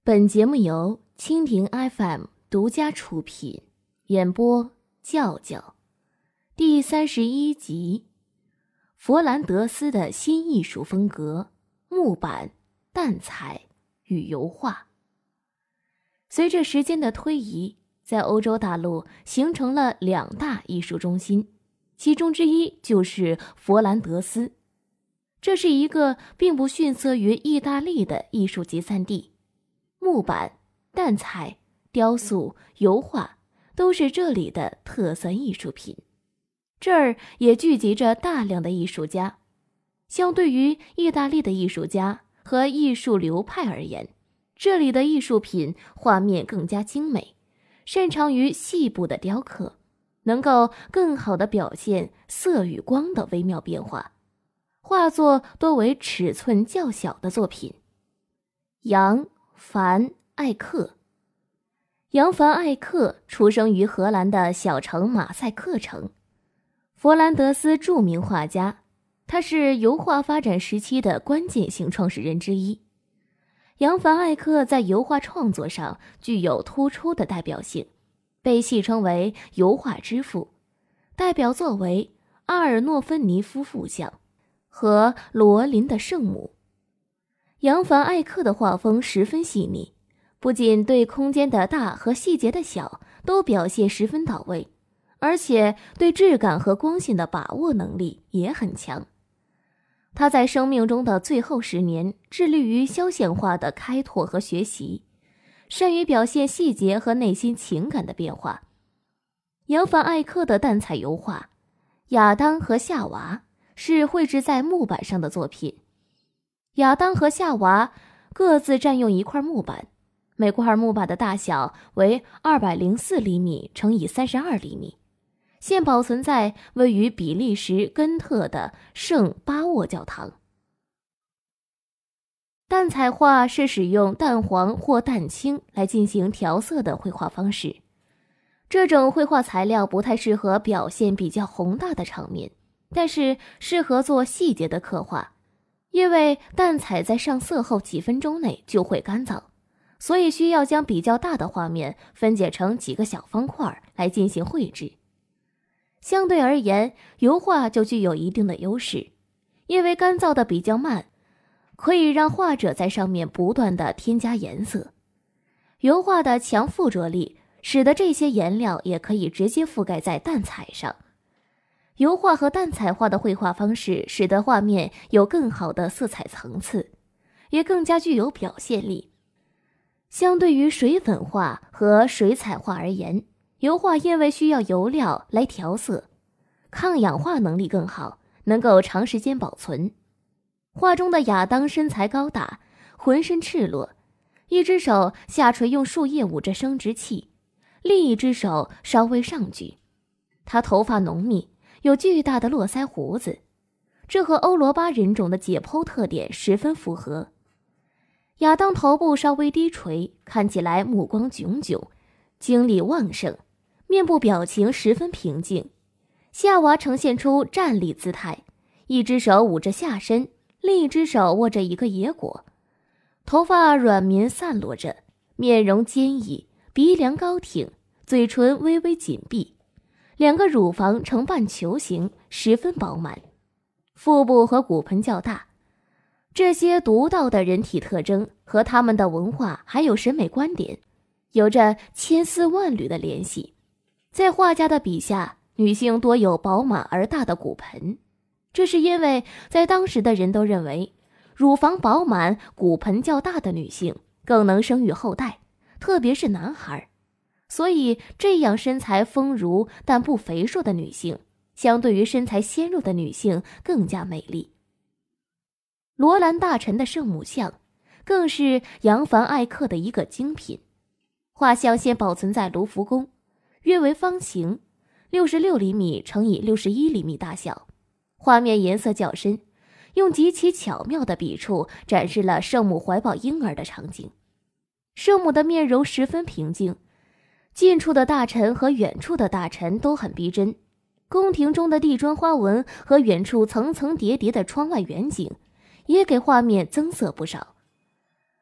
本节目由蜻蜓 FM 独家出品，演播教教。第31集，佛兰德斯的新艺术风格：木板、淡彩与油画。随着时间的推移，在欧洲大陆形成了两大艺术中心，其中之一就是佛兰德斯。这是一个并不逊色于意大利的艺术集散地。木板、淡彩、雕塑、油画都是这里的特色艺术品。这儿也聚集着大量的艺术家。相对于意大利的艺术家和艺术流派而言，这里的艺术品画面更加精美，擅长于细部的雕刻，能够更好地表现色与光的微妙变化。画作多为尺寸较小的作品。杨凡艾克。杨凡艾克出生于荷兰的小城马赛克城，佛兰德斯著名画家，他是油画发展时期的关键性创始人之一。杨凡艾克在油画创作上具有突出的代表性，被戏称为油画之父，代表作为阿尔诺芬尼夫妇像和罗琳的圣母。杨凡艾克的画风十分细腻，不仅对空间的大和细节的小都表现十分到位，而且对质感和光线的把握能力也很强。他在生命中的最后10年致力于肖像画的开拓和学习，善于表现细节和内心情感的变化。杨凡艾克的淡彩油画《亚当和夏娃》是绘制在木板上的作品。亚当和夏娃各自占用一块木板，每块木板的大小为204厘米乘以32厘米，现保存在位于比利时根特的圣巴沃教堂。淡彩画是使用淡黄或淡青来进行调色的绘画方式，这种绘画材料不太适合表现比较宏大的场面，但是适合做细节的刻画。因为淡彩在上色后几分钟内就会干燥，所以需要将比较大的画面分解成几个小方块来进行绘制。相对而言，油画就具有一定的优势，因为干燥的比较慢，可以让画者在上面不断的添加颜色。油画的强附着力使得这些颜料也可以直接覆盖在淡彩上。油画和淡彩画的绘画方式使得画面有更好的色彩层次，也更加具有表现力。相对于水粉画和水彩画而言，油画因为需要油料来调色，抗氧化能力更好，能够长时间保存。画中的亚当身材高大，浑身赤裸，一只手下垂用树叶捂着生殖器，另一只手稍微上举。他头发浓密，有巨大的络腮胡子，这和欧罗巴人种的解剖特点十分符合。亚当头部稍微低垂，看起来目光炯炯，精力旺盛，面部表情十分平静。夏娃呈现出站立姿态，一只手捂着下身，另一只手握着一个野果，头发软绵散落着，面容坚毅，鼻梁高挺，嘴唇微微紧闭，两个乳房呈半球形，十分饱满，腹部和骨盆较大。这些独到的人体特征和他们的文化还有审美观点有着千丝万缕的联系。在画家的笔下，女性多有饱满而大的骨盆，这是因为在当时的人都认为乳房饱满、骨盆较大的女性更能生育后代，特别是男孩，所以这样身材丰腴但不肥硕的女性，相对于身材纤弱的女性更加美丽。罗兰大臣的圣母像更是杨凡艾克的一个精品。画像现保存在卢浮宫，约为方形，66厘米乘以61厘米大小，画面颜色较深，用极其巧妙的笔触展示了圣母怀抱婴儿的场景。圣母的面容十分平静，近处的大臣和远处的大臣都很逼真，宫廷中的地砖花纹和远处层层叠叠的窗外远景也给画面增色不少。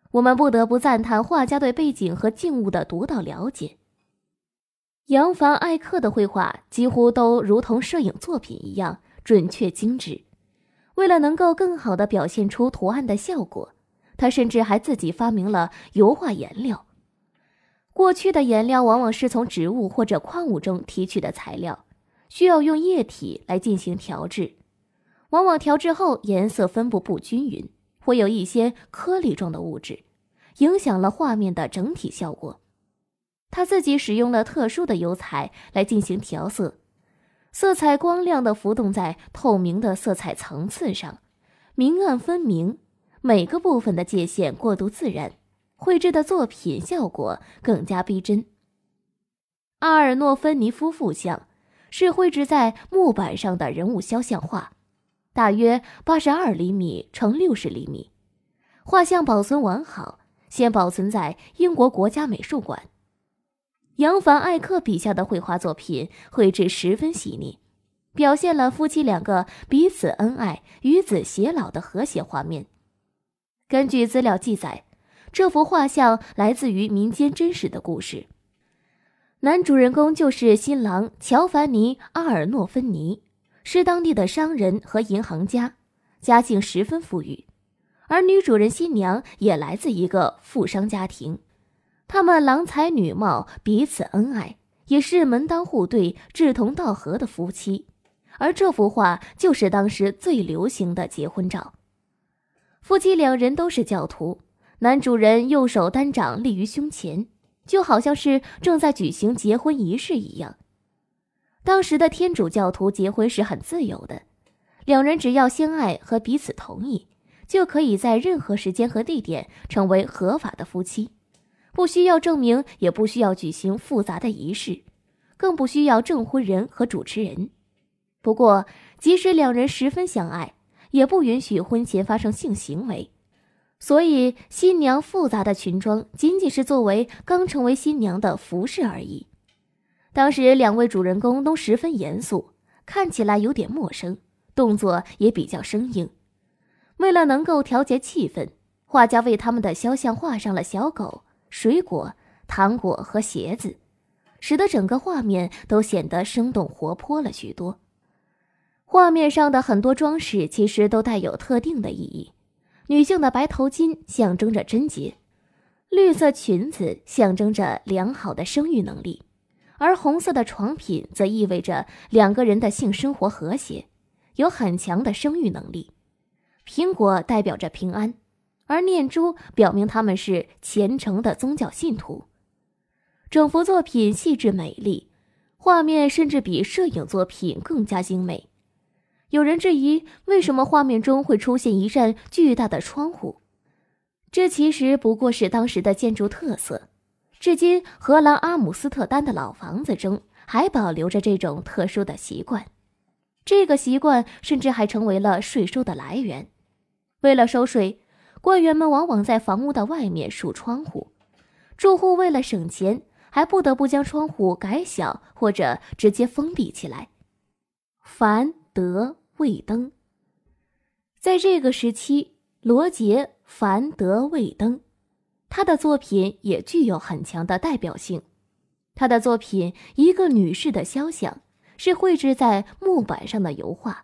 我们不得不赞叹画家对背景和静物的独到了解。扬凡艾克的绘画几乎都如同摄影作品一样准确精致。为了能够更好地表现出图案的效果，他甚至还自己发明了油画颜料。过去的颜料往往是从植物或者矿物中提取的材料，需要用液体来进行调制，往往调制后颜色分布不均匀，会有一些颗粒状的物质，影响了画面的整体效果。他自己使用了特殊的油彩来进行调色，色彩光亮地浮动在透明的色彩层次上，明暗分明，每个部分的界限过渡自然，绘制的作品效果更加逼真。阿尔诺芬尼夫妇像是绘制在木板上的人物肖像画，大约82厘米乘60厘米。画像保存完好，现保存在英国国家美术馆。扬凡艾克笔下的绘画作品绘制十分细腻，表现了夫妻两个彼此恩爱、与子偕老的和谐画面。根据资料记载，这幅画像来自于民间真实的故事。男主人公就是新郎乔凡尼·阿尔诺芬尼，是当地的商人和银行家，家境十分富裕。而女主人新娘也来自一个富商家庭，他们郎才女貌，彼此恩爱，也是门当户对、志同道合的夫妻。而这幅画就是当时最流行的结婚照。夫妻两人都是教徒，男主人右手单掌立于胸前，就好像是正在举行结婚仪式一样。当时的天主教徒结婚是很自由的，两人只要相爱和彼此同意，就可以在任何时间和地点成为合法的夫妻，不需要证明，也不需要举行复杂的仪式，更不需要证婚人和主持人。不过，即使两人十分相爱，也不允许婚前发生性行为。所以，新娘复杂的裙装仅仅是作为刚成为新娘的服饰而已。当时两位主人公都十分严肃，看起来有点陌生，动作也比较生硬。为了能够调节气氛，画家为他们的肖像画上了小狗、水果、糖果和鞋子，使得整个画面都显得生动活泼了许多。画面上的很多装饰其实都带有特定的意义。女性的白头巾象征着贞洁，绿色裙子象征着良好的生育能力，而红色的床品则意味着两个人的性生活和谐，有很强的生育能力。苹果代表着平安，而念珠表明他们是虔诚的宗教信徒。整幅作品细致美丽，画面甚至比摄影作品更加精美。有人质疑，为什么画面中会出现一扇巨大的窗户？这其实不过是当时的建筑特色。至今，荷兰阿姆斯特丹的老房子中还保留着这种特殊的习惯。这个习惯甚至还成为了税收的来源。为了收税，官员们往往在房屋的外面竖窗户，住户为了省钱，还不得不将窗户改小或者直接封闭起来。凡德卫登，在这个时期，罗杰·凡德卫登，他的作品也具有很强的代表性。他的作品《一个女士的肖像》是绘制在木板上的油画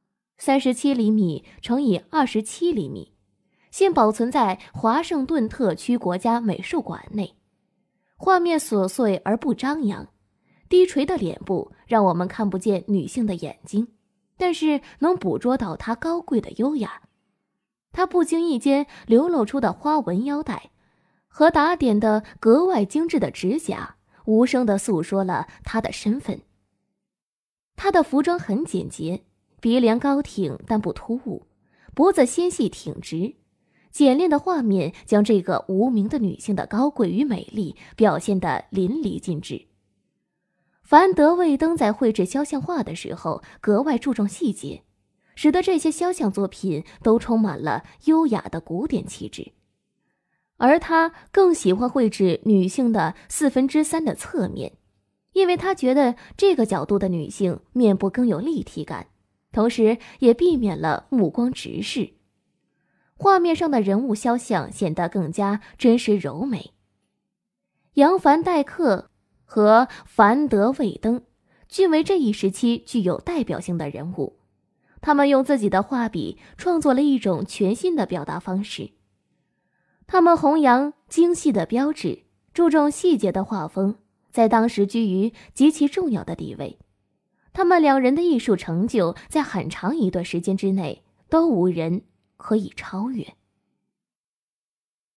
，37厘米乘以27厘米，现保存在华盛顿特区国家美术馆内。画面琐碎而不张扬，低垂的脸部让我们看不见女性的眼睛，但是能捕捉到她高贵的优雅。她不经意间流露出的花纹腰带和打点的格外精致的指甲，无声地诉说了她的身份。她的服装很简洁，鼻梁高挺但不突兀，脖子纤细挺直。简练的画面将这个无名的女性的高贵与美丽表现得淋漓尽致。凡德卫登在绘制肖像画的时候格外注重细节，使得这些肖像作品都充满了优雅的古典气质。而他更喜欢绘制女性的3/4的侧面，因为他觉得这个角度的女性面部更有立体感，同时也避免了目光直视。 画面上的人物肖像显得更加真实柔美。扬凡戴克和凡德魏登均为这一时期具有代表性的人物，他们用自己的画笔创作了一种全新的表达方式。他们弘扬精细的标志，注重细节的画风，在当时居于极其重要的地位。他们两人的艺术成就在很长一段时间之内都无人可以超越。